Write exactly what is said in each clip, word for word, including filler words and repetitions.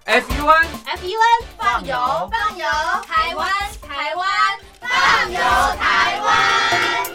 F U N F U N 放油放油，台湾台湾放油台湾。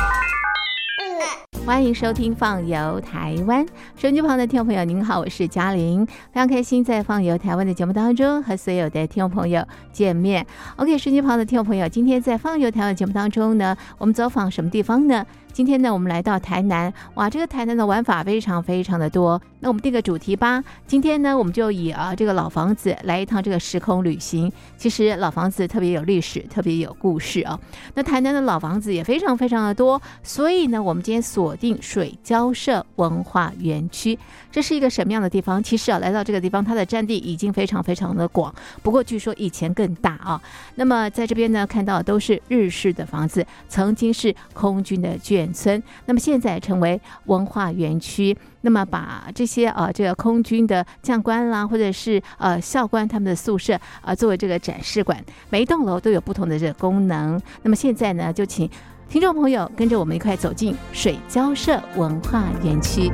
欢迎收听放游台湾，手机旁的听众朋友您好，我是嘉玲，非常开心在放游台湾的节目当中和所有的听众朋友见面。 OK， 手机旁的听众朋友，今天在放游台湾节目当中呢，我们走访什么地方呢？今天呢，我们来到台南，哇，这个台南的玩法非常非常的多。那我们定个主题吧，今天呢，我们就以啊这个老房子来一趟这个时空旅行。其实老房子特别有历史，特别有故事啊。那台南的老房子也非常非常的多，所以呢，我们今天锁定水交社文化园区。这是一个什么样的地方？其实啊，来到这个地方，它的占地已经非常非常的广，不过据说以前更大啊。那么在这边呢，看到的都是日式的房子，曾经是空军的眷村，那么现在成为文化园区。那么把这些呃这个空军的将官啦，或者是呃校官他们的宿舍呃作为这个展示馆，每一栋楼都有不同的这个功能。那么现在呢，就请听众朋友跟着我们一块走进水交社文化园区。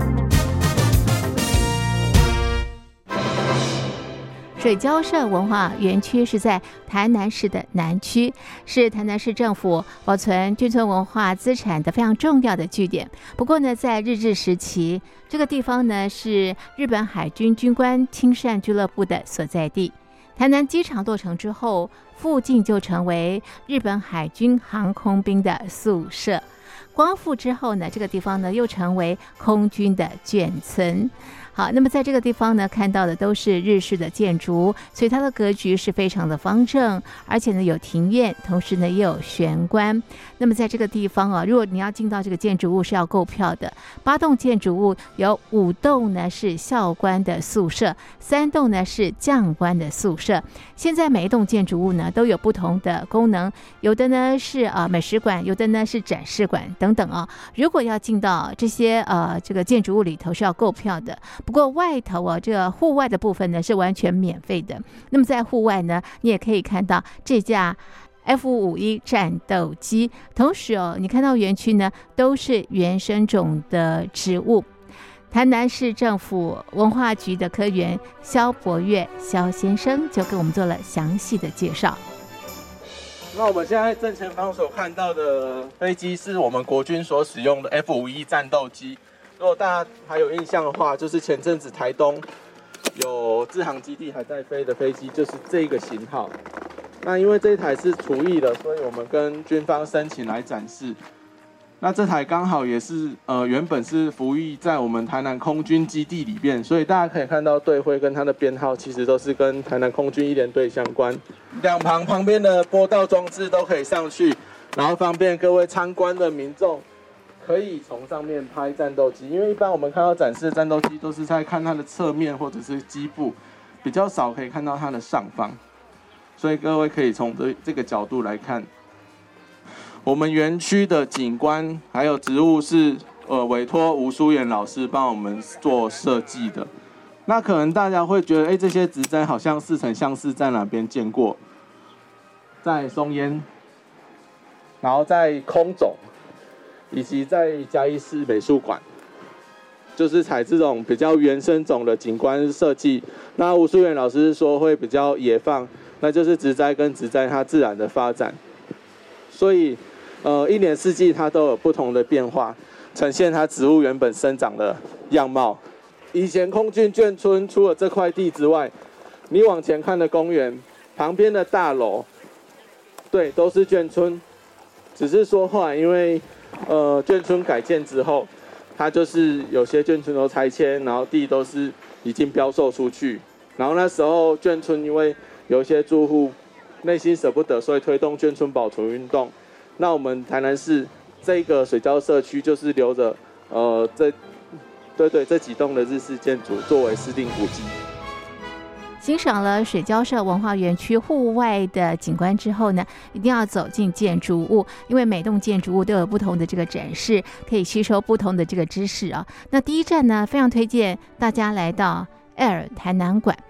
水交社文化园区是在台南市的南区，是台南市政府保存眷村文化资产的非常重要的据点。不过呢，在日治时期，这个地方呢是日本海军军官亲善俱乐部的所在地。台南机场落成之后，附近就成为日本海军航空兵的宿舍。光复之后呢，这个地方呢又成为空军的眷村。好，那么在这个地方呢，看到的都是日式的建筑，所以它的格局是非常的方正，而且呢有庭院，同时呢也有玄关。那么在这个地方啊，如果你要进到这个建筑物是要购票的。八栋建筑物有五栋呢是校官的宿舍，三栋呢是将官的宿舍。现在每一栋建筑物呢都有不同的功能，有的呢是呃美食馆，有的呢是展示馆等等啊。如果要进到这些呃这个建筑物里头是要购票的。不过外头啊，这个户外的部分呢是完全免费的。那么在户外呢，你也可以看到这架 F 五十一 战斗机，同时哦，你看到园区呢都是原生种的植物。台南市政府文化局的科员萧博月萧先生就跟我们做了详细的介绍。 那我们现在正前方所看到的飞机是我们国军所使用的 F 五十一 战斗机。如果大家还有印象的话，就是前阵子台东有志航基地还在飞的飞机，就是这个型号。那因为这一台是除役的，所以我们跟军方申请来展示。那这台刚好也是呃原本是服役在我们台南空军基地里面，所以大家可以看到队徽跟它的编号其实都是跟台南空军一连队相关。两旁旁边的播道装置都可以上去，然后方便各位参观的民众可以从上面拍战斗机，因为一般我们看到展示的战斗机都是在看它的侧面或者是机部，比较少可以看到它的上方，所以各位可以从这这个角度来看。我们园区的景观还有植物是呃委托吴淑妍老师帮我们做设计的。那可能大家会觉得，哎，这些植栽好像似曾相识，在哪边见过？在松烟，然后在空总。以及在嘉义市美术馆，就是采这种比较原生种的景观设计。那吴淑媛老师说会比较野放，那就是植栽跟植栽它自然的发展。所以，呃，一年四季它都有不同的变化，呈现它植物原本生长的样貌。以前空军眷村除了这块地之外，你往前看的公园旁边的大楼，对，都是眷村。只是说后来因为呃，眷村改建之后，它就是有些眷村都拆迁，然后地都是已经标售出去。然后那时候眷村因为有一些住户内心舍不得，所以推动眷村保存运动。那我们台南市这个水交社区就是留着呃这对对这几栋的日式建筑作为市定古迹。 欣赏了水交社文化园区户外的景观之后呢，一定要走进建筑物，因为每栋建筑物都有不同的这个展示，可以吸收不同的这个知识啊。那第一站呢，非常推荐大家来到 Air 台南馆。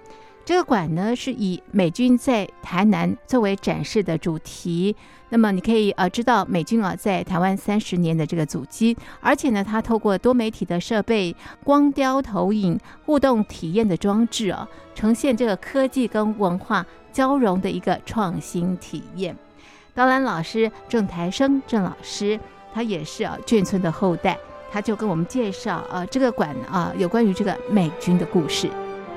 这个馆呢是以美军在台南作为展示的主题。那么你可以呃知道美军啊在台湾三十年的这个足迹，而且呢，它透过多媒体的设备、光雕投影、互动体验的装置啊，呈现这个科技跟文化交融的一个创新体验。导览老师郑台生郑老师，他也是啊眷村的后代，他就跟我们介绍呃这个馆啊有关于这个美军的故事。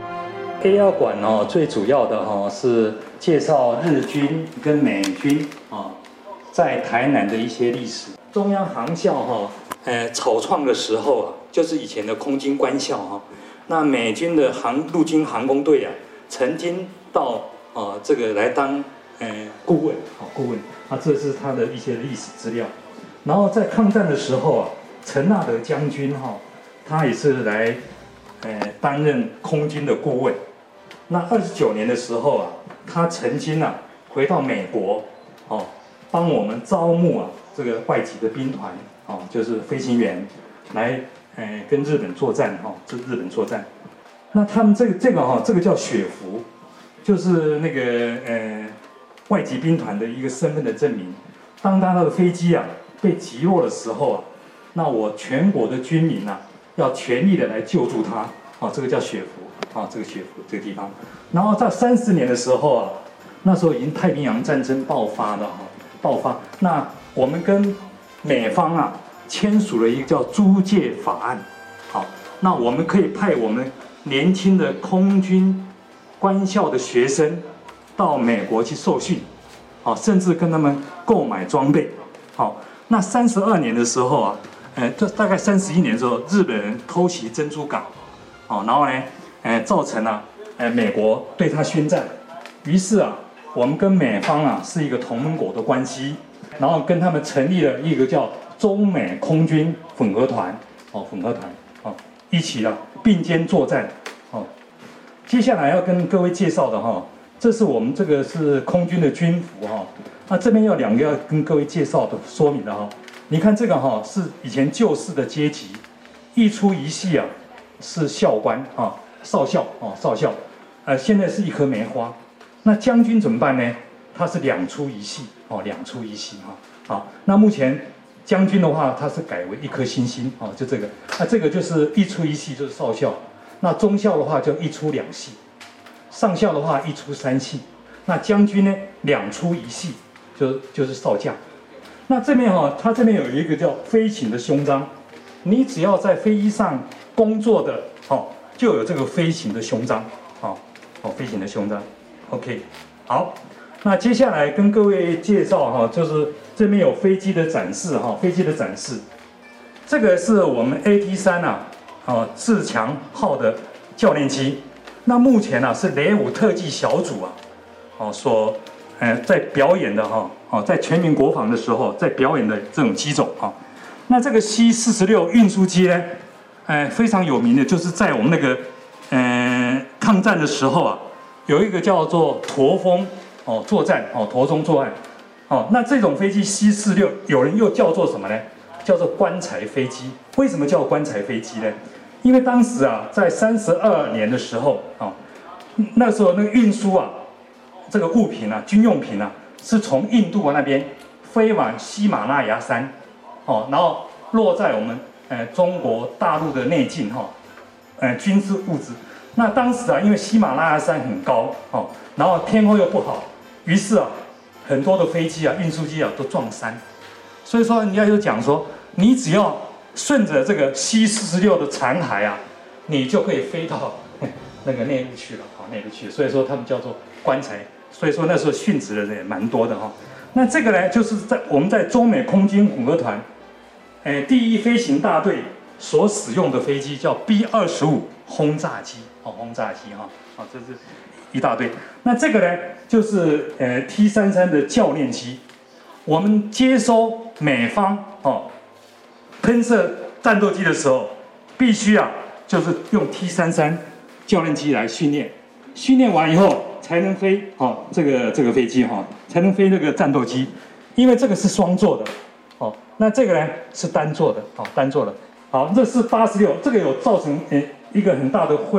A 二 馆哦，最主要的哈是介绍日军跟美军啊在台南的一些历史。中央航校哈，呃，草创的时候啊，就是以前的空军官校哈。那美军的航陆军航空队啊，曾经到啊这个来当呃顾问，好顾问啊，这是他的一些历史资料。然后在抗战的时候啊，陈纳德将军哈，他也是来呃担任空军的顾问。那二十九年的时候啊，他曾经啊回到美国，哦，帮我们招募啊这个外籍的兵团，哦，就是飞行员，来，呃，跟日本作战，哈、哦，这日本作战。那他们这个这个哈、哦，这个叫雪服，就是那个呃外籍兵团的一个身份的证明。当他的飞机啊被击落的时候啊，那我全国的军民啊要全力的来救助他，哦，这个叫雪服。啊，这个雪服这个地方，然后在三十年的时候啊，那时候已经太平洋战争爆发了哈，爆发。那我们跟美方啊签署了一个叫租借法案，好，那我们可以派我们年轻的空军官校的学生到美国去受训，好，甚至跟他们购买装备，好。那三十二年的时候啊，呃，这大概三十一年的时候，日本人偷袭珍珠港，好，然后呢。哎，造成了、啊，哎，美国对他宣战，于是啊，我们跟美方啊是一个同盟国的关系，然后跟他们成立了一个叫中美空军混合团，哦，混合团，哦，一起啊并肩作战，哦。接下来要跟各位介绍的哈、哦，这是我们这个是空军的军服哈、哦，那这边有两个要跟各位介绍的说明的哈、哦，你看这个哈、哦、是以前旧式的阶级，一出一系啊是校官啊。哦少校哦，少校，呃，现在是一颗梅花。那将军怎么办呢？他是两出一系哦，两出一系哈。好，那目前将军的话，他是改为一颗星星哦，就这个。那这个就是一出一系，就是少校。那中校的话就一出两系，上校的话一出三系。那将军呢，两出一系，就就是少将。那这边哈、哦，它这边有一个叫飞行的胸章，你只要在飞机上工作的哦。就有这个飞行的胸章，哦，哦，飞行的胸章 ，OK， 好，那接下来跟各位介绍哈，就是这边有飞机的展示哈，飞机的展示，这个是我们 A T 三啊，哦，自强号的教练机，那目前呢、啊、是雷武特技小组啊，哦，所，呃，在表演的哈，哦，在全民国防的时候在表演的这种机种啊，那这个 C 四十六运输机呢？哎，非常有名的，就是在我们那个，呃，抗战的时候啊，有一个叫做驼峰哦作战哦驼中作案，哦，那这种飞机 C 四十六，有人又叫做什么呢？叫做棺材飞机。为什么叫棺材飞机呢？因为当时啊，在三十二年的时候啊，那时候那个运输啊，这个物品啊，军用品啊，是从印度那边飞往喜马拉雅山，哦，然后落在我们。呃，中国大陆的内境哈，呃，军事物资。那当时啊，因为喜马拉雅山很高哦，然后天候又不好，于是啊，很多的飞机啊、运输机啊都撞山。所以说，人家就讲说，你只要顺着这个 C 四十六的残骸啊，你就可以飞到那个内陆去了，好，内陆去。所以说他们叫做棺材。所以说那时候殉职的人也蛮多的哈。那这个呢，就是在我们在中美空军混合团。哎，第一飞行大队所使用的飞机叫 B 二十五轰炸机，哦，轰炸机哈，哦，这是一大队。那这个呢，就是呃 T 三十三的教练机。我们接收美方哦喷射战斗机的时候，必须啊，就是用 T 三十三教练机来训练，训练完以后才能飞哦，这个这个飞机哈、哦，才能飞这个战斗机，因为这个是双座的。哦，那这个呢是单座的，好、哦，单座的。好，这是八十六，这个有造成呃一个很大的灰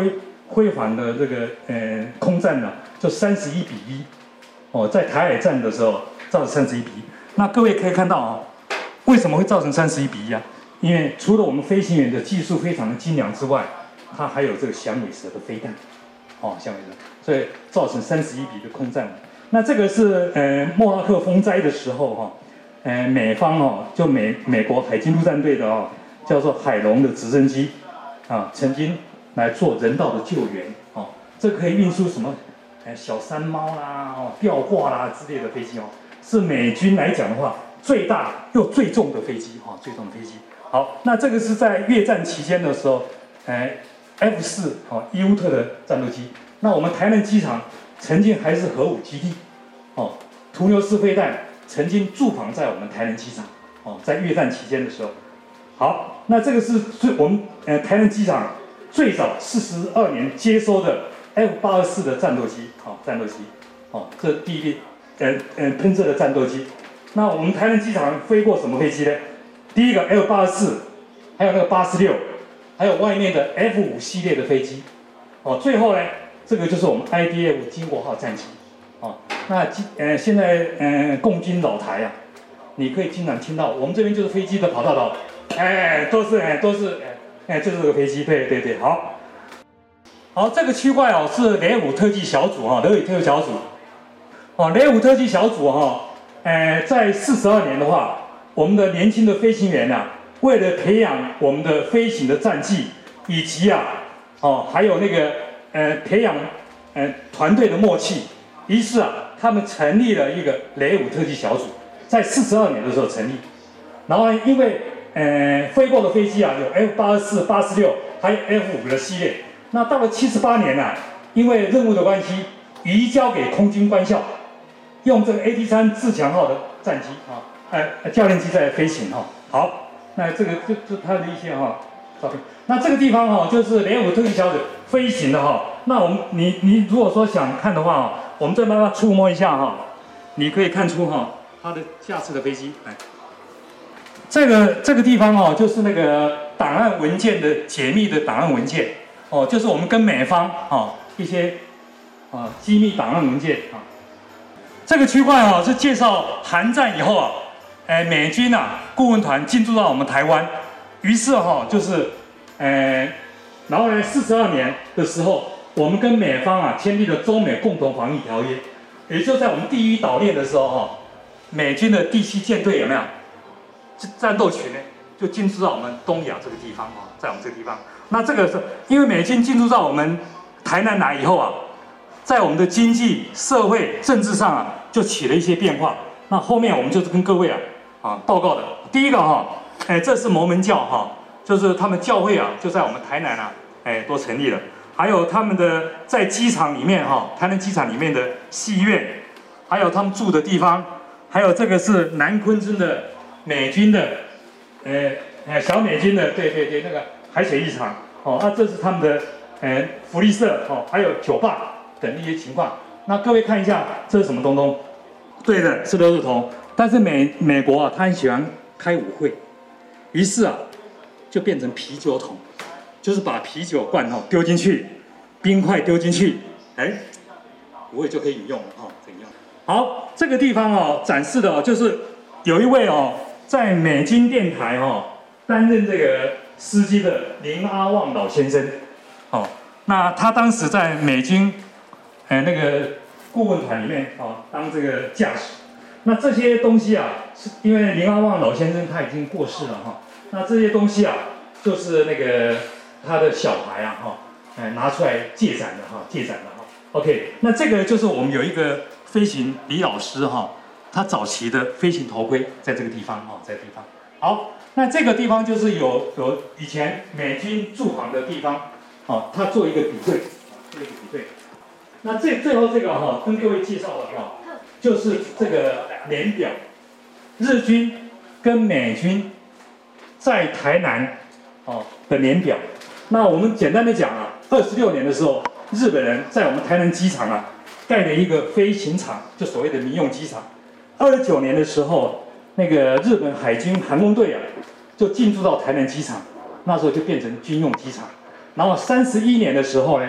辉煌的这个呃空战呢、啊，就三十一比一，哦，在台海战的时候造成三十一比一。那各位可以看到啊，为什么会造成三十一比一啊？因为除了我们飞行员的技术非常的精良之外，它还有这个响尾蛇的飞弹，哦，响尾蛇，所以造成三十一比的空战。那这个是呃莫拉克风灾的时候哈、哦，呃美方哦，就美美国海军陆战队的哦，叫做海龙的直升机啊，曾经来做人道的救援哦，这可以运输什么？呃小山猫啦、哦吊挂啦之类的飞机哦，是美军来讲的话最大又最重的飞机哈、哦，最重的飞机。好，那这个是在越战期间的时候，呃 F 四哦伊乌特的战斗机。那我们台南机场曾经还是核武基地，哦，图牛式飞弹曾经驻防在我们台南机场，哦，在越战期间的时候。好，那这个是最我们呃台南机场最早四十二年接收的 F 八十四的战斗机，好、哦，战斗机，哦，这第一批呃呃喷射的战斗机。那我们台南机场飞过什么飞机呢？第一个 F 八十四，还有那个八十六，还有外面的 F 五系列的飞机，哦，最后呢，这个就是我们 I D F 经国号战机，哦，那呃现在呃共军老台啊，你可以经常听到，我们这边就是飞机的跑道道，哎，都是哎都是哎哎就是这个飞机，对对对，好，好，这个区块哦是雷武特技小组哈，雷武特技小组，哦，雷武特技小组哈，呃在四十二年的话。我们的年轻的飞行员啊，为了培养我们的飞行的战技，以及啊，哦，还有那个呃培养呃团队的默契，于是啊，他们成立了一个雷武特技小组，在四十二年的时候成立。然后因为呃飞过的飞机啊，有 F 八十四、八十六，还有 F 五的系列。那到了七十八年啊，因为任务的关系，移交给空军官校，用这个 A T 三自强号的战机啊。哎，教练机在飞行哈，好，那这个就就它的一些哈照片。那这个地方哈，就是雷武特技小组飞行的哈。那我们你你如果说想看的话，我们再慢慢触摸一下哈，你可以看出哈它的下次的飞机。哎，这个这个地方哦，就是那个档案文件的解密的档案文件哦，就是我们跟美方啊一些啊机密档案文件啊。这个区块哦是介绍韩战以后啊。哎，美军啊，顾问团进驻到我们台湾，于是哈、哦，就是，呃，然后呢，四十二年的时候，我们跟美方啊签订了中美共同防御条约，也就在我们第一岛链的时候哈、哦，美军的第七舰队有没有？战斗群呢，就进驻到我们东亚这个地方啊、哦，在我们这个地方。那这个是因为美军进驻到我们台南来以后啊，在我们的经济、社会、政治上啊，就起了一些变化。那后面我们就是跟各位啊。啊，报告的第一个哈，哎，这是摩门教哈，就是他们教会啊，就在我们台南啊，哎，都成立了。还有他们的在机场里面哈，台南机场里面的戏院，还有他们住的地方，还有这个是南昆村的美军的，呃，呃，小美军的，对对对，那个海水浴场，哦，那、啊、这是他们的呃福利社哦，还有酒吧等一些情况。那各位看一下，这是什么东东？对的，是垃圾桶。但是美美国啊，他很喜欢开舞会，于是啊，就变成啤酒桶，就是把啤酒罐哦丢进去，冰块丢进去，哎，舞会就可以饮用了哈，怎样？好，这个地方哦展示的哦，就是有一位哦在美军电台哦担任这个司机的林阿旺老先生，哦，那他当时在美军，哎那个顾问团里面哦当这个驾驶。那这些东西啊，是因为林阿旺老先生他已经过世了哈。那这些东西啊，就是那个他的小孩啊哈，哎拿出来借展的哈，借展的哈。OK， 那这个就是我们有一个飞行李老师哈，他早期的飞行头盔在这个地方哈，在这个地方。好，那这个地方就是有有以前美军驻防的地方，好，他做一个比对，做一个比对。那最最后这个哈，跟各位介绍的哈。就是这个年表，日军跟美军在台南哦的年表。那我们简单的讲啊，二十六年的时候，日本人在我们台南机场啊盖了一个飞行场，就所谓的民用机场。二十九年的时候，那个日本海军航空队啊就进驻到台南机场，那时候就变成军用机场。然后三十一年的时候呢，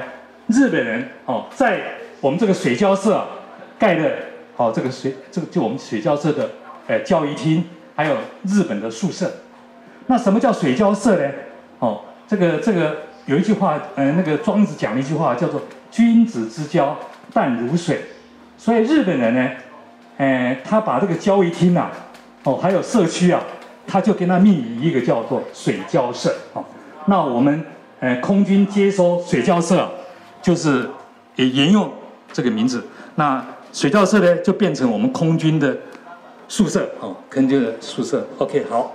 日本人哦，在我们这个水交社、啊、盖的哦，这个水这个就我们水交社的呃教育厅，还有日本的宿舍。那什么叫水交社呢？哦，这个这个有一句话，呃，那个庄子讲了一句话，叫做“君子之交淡如水”。所以日本人呢，呃，他把这个教育厅啊，哦，还有社区啊，他就跟他命名一个叫做水交社。哦，那我们呃空军接收水交社、啊，就是也沿用这个名字。那水交社呢，就变成我们空军的宿舍哦，空军的宿舍。OK， 好。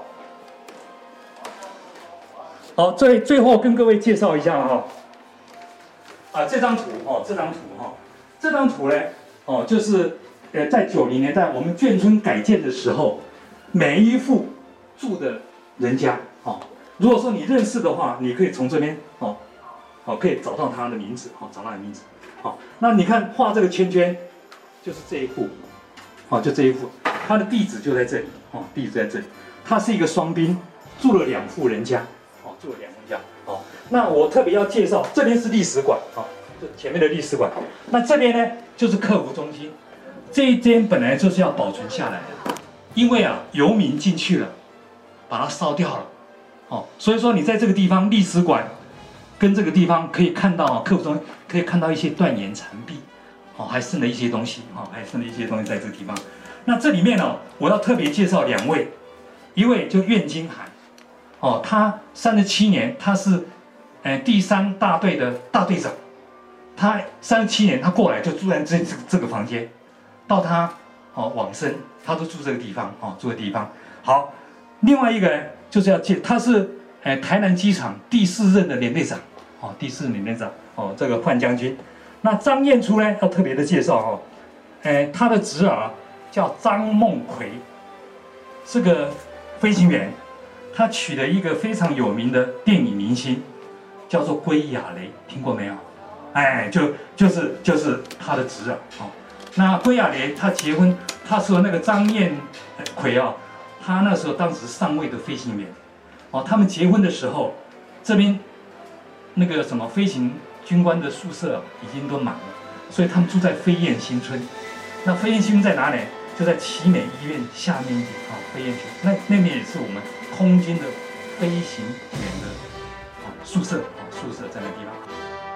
好，最最后跟各位介绍一下哈、哦，啊，这张图哦，这张图哈、哦，这张图呢，哦，就是呃，在九零年代我们眷村改建的时候，每一户住的人家哦，如果说你认识的话，你可以从这边哦，哦，可以找到他的名字，哦，找到他的名字，好、哦，那你看画这个圈圈，就是这一户，哦，就这一户，他的地址就在这里，哦，地址在这里，他是一个双宾，住了两户人家。住了两户家，哦，那我特别要介绍，这边是历史馆，哦，这前面的历史馆，那这边呢就是客服中心，这一间本来就是要保存下来的，因为啊游民进去了，把它烧掉了，哦，所以说你在这个地方历史馆跟这个地方可以看到客服中心可以看到一些断垣残壁，哦，还剩了一些东西，哦，还剩了一些东西在这个地方。那这里面呢、哦，我要特别介绍两位，一位就苑金涵。哦，他三十七年，他是，呃，第三大队的大队长。他三十七年，他过来就住在这这这个房间，到他哦往生，他都住这个地方哦，住的地方。好，另外一个呢，就是要介，他是呃台南机场第四任的连队长，哦，第四任连队长哦，这个范将军。那张彦初呢，要特别的介绍哦，呃，他的侄儿叫张梦奎，是个飞行员。他娶了一个非常有名的电影明星，叫做归亚蕾，听过没有？哎，就就是就是他的侄儿哦。那归亚蕾他结婚，他说那个张彦奎啊，他那时候当时上尉的飞行员，哦，他们结婚的时候，这边那个什么飞行军官的宿舍、啊、已经都满了，所以他们住在飞燕新村。那飞燕新村在哪里？就在奇美医院下面一点啊，飞燕区那那边也是我们空军的飞行员的啊宿舍啊宿舍在那地方。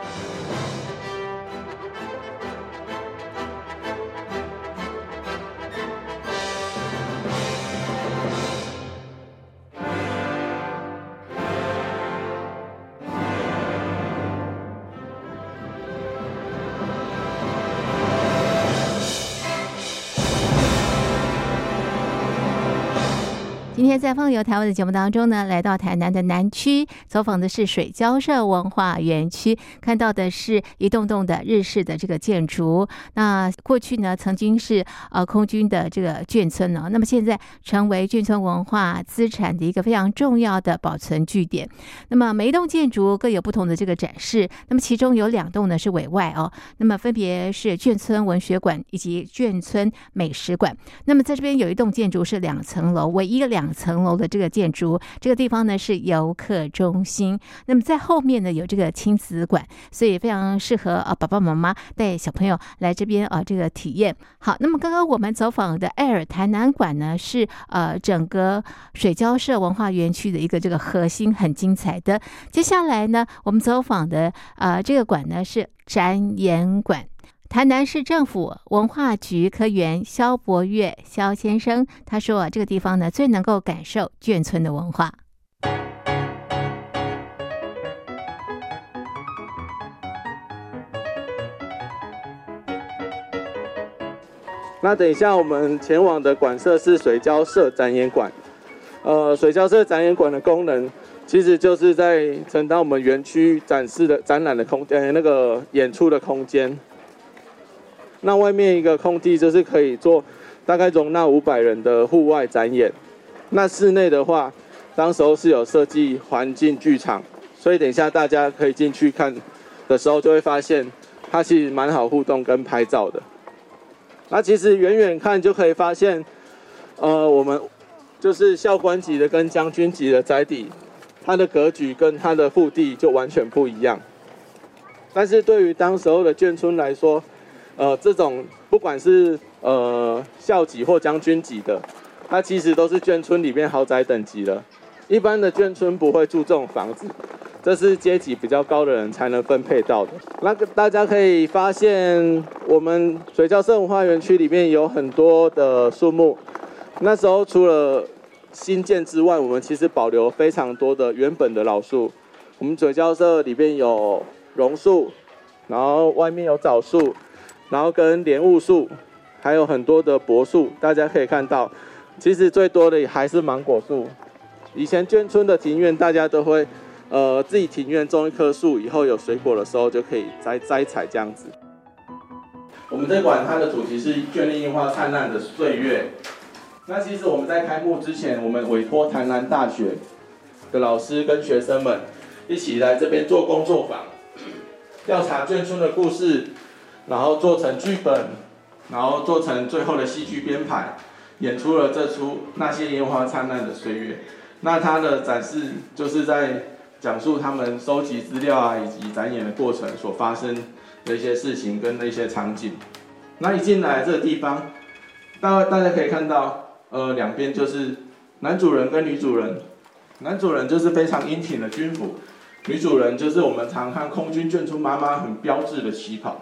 今天在放游台湾的节目当中呢，来到台南的南区，走访的是水交社文化园区，看到的是一栋栋的日式的这个建筑。那过去呢，曾经是呃空军的这个眷村呢、哦，那么现在成为眷村文化资产的一个非常重要的保存据点。那么每一栋建筑各有不同的这个展示，那么其中有两栋呢是委外哦，那么分别是眷村文学馆以及眷村美食馆。那么在这边有一栋建筑是两层楼，唯一两层楼的这个建筑，这个地方呢是游客中心。那么在后面呢有这个亲子馆，所以非常适合啊爸爸妈妈带小朋友来这边啊这个体验。好，那么刚刚我们走访的爱尔台南馆呢是呃整个水交社文化园区的一个这个核心，很精彩的。接下来呢我们走访的呃这个馆呢是展演馆。台南市政府文化局科员萧博月萧先生他说，这个地方呢最能够感受眷村的文化。 那等一下我们前往的馆舍是水交社展演馆。呃，水交社展演馆的功能其实就是在承担我们园区展示的展览的空呃那个演出的空间。那外面一个空地就是可以做大概容纳五百人的户外展演。那室内的话，当时候是有设计环境剧场，所以等一下大家可以进去看的时候，就会发现它其实蛮好互动跟拍照的。那其实远远看就可以发现，呃，我们就是校官级的跟将军级的宅邸，它的格局跟它的腹地就完全不一样。 但是对于当时候的眷村来说，呃，这种不管是呃校级或将军级的，它其实都是眷村里面豪宅等级的。一般的眷村不会住这种房子，这是阶级比较高的人才能分配到的。那个大家可以发现，我们水交社文化园区里面有很多的树木。那时候除了新建之外，我们其实保留非常多的原本的老树。我们水交社里面有榕树，然后外面有枣树，然后跟莲雾树，还有很多的柏树。大家可以看到，其实最多的还是芒果树。以前眷村的庭院，大家都会，呃，自己庭院种一棵树，以后有水果的时候就可以摘摘采这样子。我们这馆它的主题是眷恋樱花灿烂的岁月。那其实我们在开幕之前，我们委托台南大学的老师跟学生们一起来这边做工作坊，调查眷村的故事，然后做成剧本，然后做成最后的戏剧编排，演出了这出那些烟花灿烂的岁月。那它的展示就是在讲述他们收集资料啊，以及展演的过程所发生的一些事情跟那些场景。那一进来这个地方，大大家可以看到，呃，两边就是男主人跟女主人。男主人就是非常英挺的军服，女主人就是我们常看空军眷村妈妈很标志的旗袍。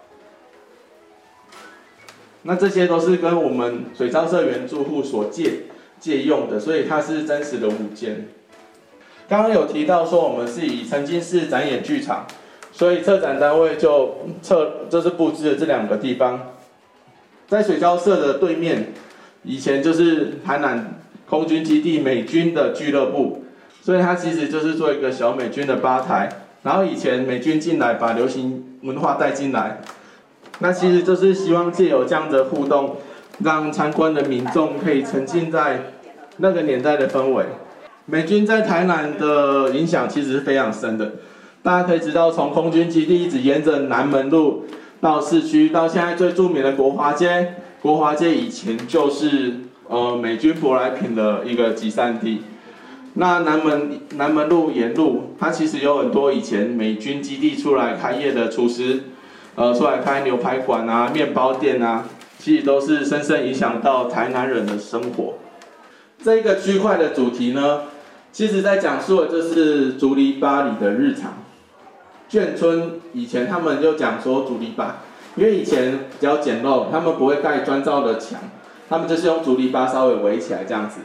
那这些都是跟我们水交社原住户所借。借用的，所以它是真实的物件。刚刚有提到说，我们是以沉浸式展演剧场，所以策展单位就策就是布置了这两个地方。在水交社的对面，以前就是台南空军基地美军的俱乐部，所以它其实就是做一个小美军的吧台。然后以前美军进来，把流行文化带进来，那其实就是希望借由这样的互动，让参观的民众可以沉浸在那个年代的氛围。美军在台南的影响其实是非常深的，大家可以知道，从空军基地一直沿着南门路到市区，到现在最著名的国华街。国华街以前就是呃美军舶来品的一个集散地。那南门南门路沿路，它其实有很多以前美军基地出来开业的厨师，呃出来开牛排馆啊、面包店啊。其实都是深深影响到台南人的生活。这个区块的主题呢，其实在讲述的就是竹篱笆里的日常。眷村以前他们就讲说竹篱笆，因为以前比较简陋，他们不会盖砖造的墙，他们就是用竹篱笆稍微围起来这样子。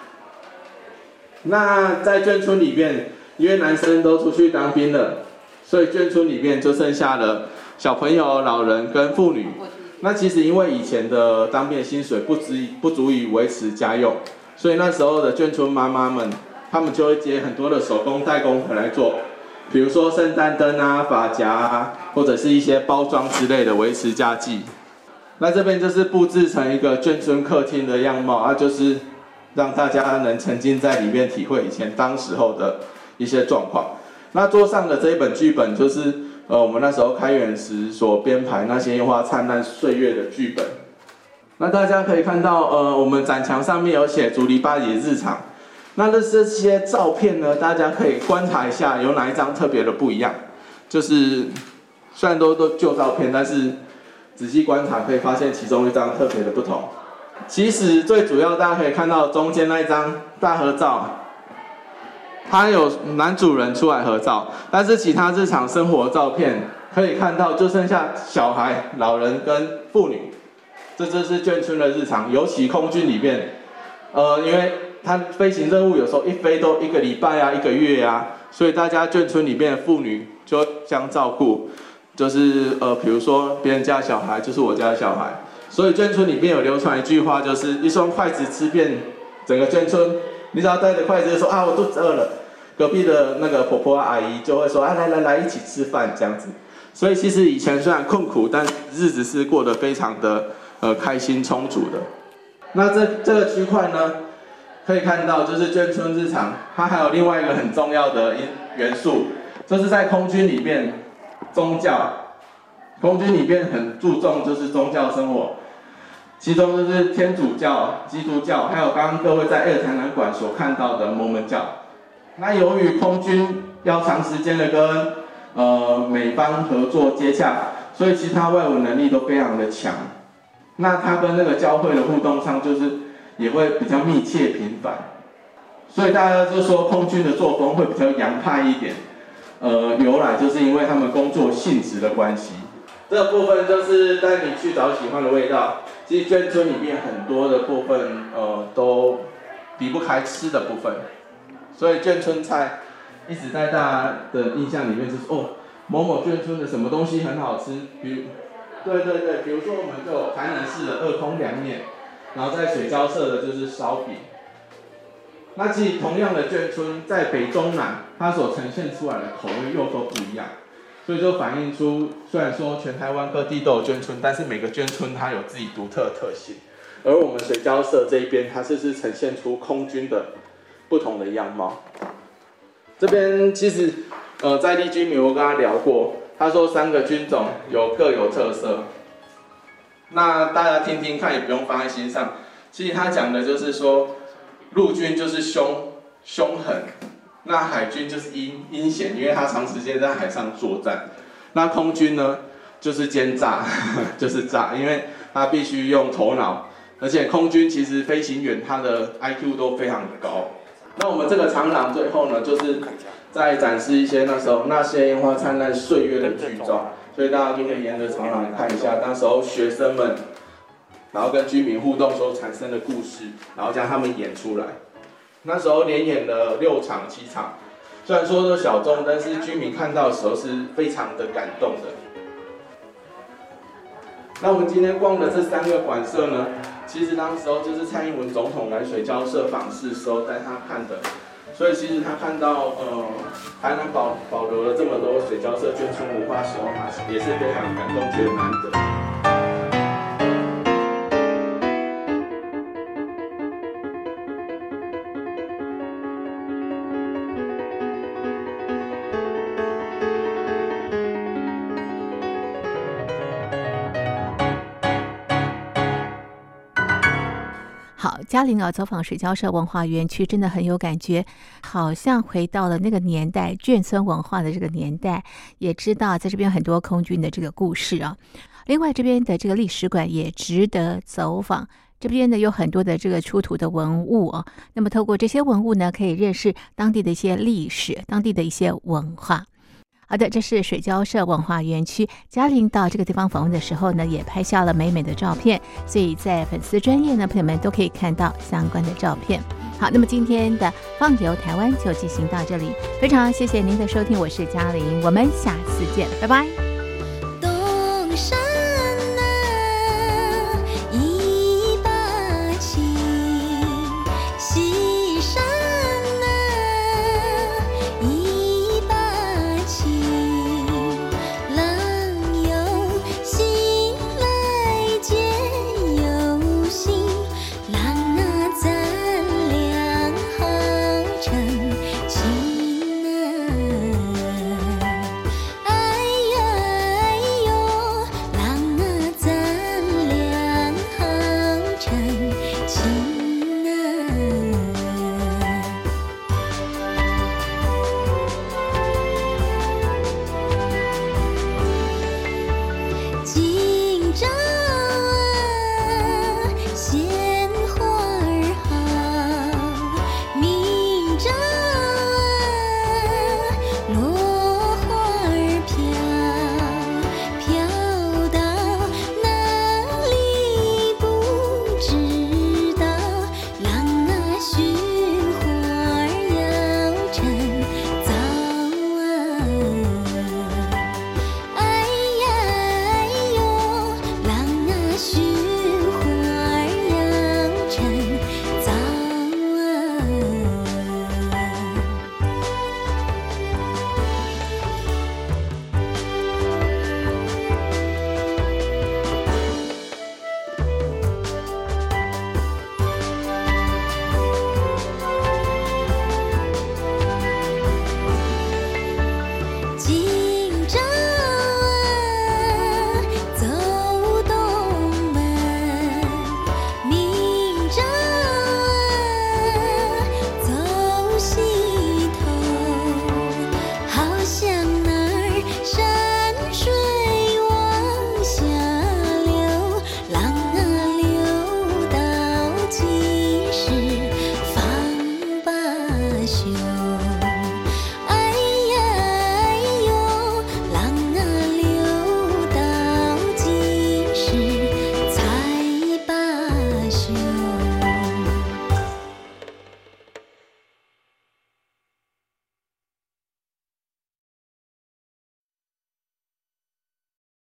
那在眷村里面，因为男生都出去当兵了，所以眷村里面就剩下了小朋友、老人跟妇女。那其实因为以前的当兵的薪水不足以不足以维持家用，所以那时候的眷村妈妈们，她们就会接很多的手工代工回来做，比如说圣诞灯啊、发夹啊，或者是一些包装之类的维持家计。那这边就是布置成一个眷村客厅的样貌，啊，就是让大家能沉浸在里面，体会以前当时候的一些状况。那桌上的这一本剧本就是。呃，我们那时候开园时所编排那些烟花灿烂岁月的剧本。那大家可以看到，呃，我们展墙上面有写竹篱笆里的日常。那这些照片呢，大家可以观察一下，有哪一张特别的不一样？就是虽然都都旧照片，但是仔细观察可以发现其中一张特别的不同。其实最主要大家可以看到中间那一张大合照。他有男主人出来合照，但是其他日常生活照片可以看到，就剩下小孩、老人跟妇女。这就是眷村的日常，尤其空军里面，呃，因为他飞行任务有时候一飞都一个礼拜啊、一个月啊，所以大家眷村里面的妇女就相照顾，就是呃，比如说别人家小孩就是我家的小孩，所以眷村里面有流传一句话，就是一双筷子吃遍整个眷村。你只要带着筷子就说啊，我肚子饿了，隔壁的那个婆婆阿姨就会说啊，来来来，一起吃饭这样子。所以其实以前虽然困苦，但日子是过得非常的呃开心充足的。那这这个区块呢，可以看到就是眷村日常，它还有另外一个很重要的元素，就是在空军里面宗教，空军里面很注重就是宗教生活。其中就是天主教、基督教，还有刚刚各位在二台南馆所看到的摩门教。那由于空军要长时间的跟呃美方合作接洽，所以其实他外文能力都非常的强。那他跟那个教会的互动上，就是也会比较密切频繁，所以大家就说空军的作风会比较洋派一点。呃，由来就是因为他们工作性质的关系。这个部分就是带你去找喜欢的味道。其实眷村里面很多的部分，呃，都离不开吃的部分，所以眷村菜一直在大家的印象里面就是哦，某某眷村的什么东西很好吃，比如，对对对，比如说我们就有台南市的二空凉面，然后在水交社的就是烧饼。那其实同样的眷村，在北中南，它所呈现出来的口味又都不一样，所以就反映出，虽然说全台湾各地都有眷村，但是每个眷村它有自己独特的特性。而我们水交社这一边，它是是呈现出空军的不同的样貌。这边其实，呃，在地居民我跟他聊过，他说三个军种有各有特色，那大家听听看，也不用放在心上。其实他讲的就是说，陆军就是凶凶狠，那海军就是阴阴险，因为他长时间在海上作战。那空军呢，就是奸诈，就是诈，因为他必须用头脑，而且空军其实飞行员他的 I Q 都非常的高。那我们这个长廊最后呢，就是在展示一些那时候那些烟花灿烂岁月的剧照，所以大家就可以沿着长廊看一下那时候学生们，然后跟居民互动所产生的故事，然后将他们演出来。那时候连演了六场七场，虽然说都小众，但是居民看到的时候是非常的感动的。那我们今天逛的这三个馆舍呢，其实当时候就是蔡英文总统来水交社访视时候带他看的，所以其实他看到呃台南保保留了这么多水交社眷村文化时候，他也是非常感动，觉得难得。 好，嘉玲啊，走访水交社文化园区真的很有感觉，好像回到了那个年代，眷村文化的这个年代，也知道在这边很多空军的这个故事啊。另外，这边的这个历史馆也值得走访。这边呢有很多的这个出土的文物啊，那么透过这些文物呢，可以认识当地的一些历史，当地的一些文化。好的，这是水交社文化园区。嘉玲到这个地方访问的时候呢，也拍下了美美的照片，所以在粉丝专页呢，朋友们都可以看到相关的照片。好，那么今天的放游台湾就进行到这里，非常谢谢您的收听，我是嘉玲，我们下次见，拜拜。东山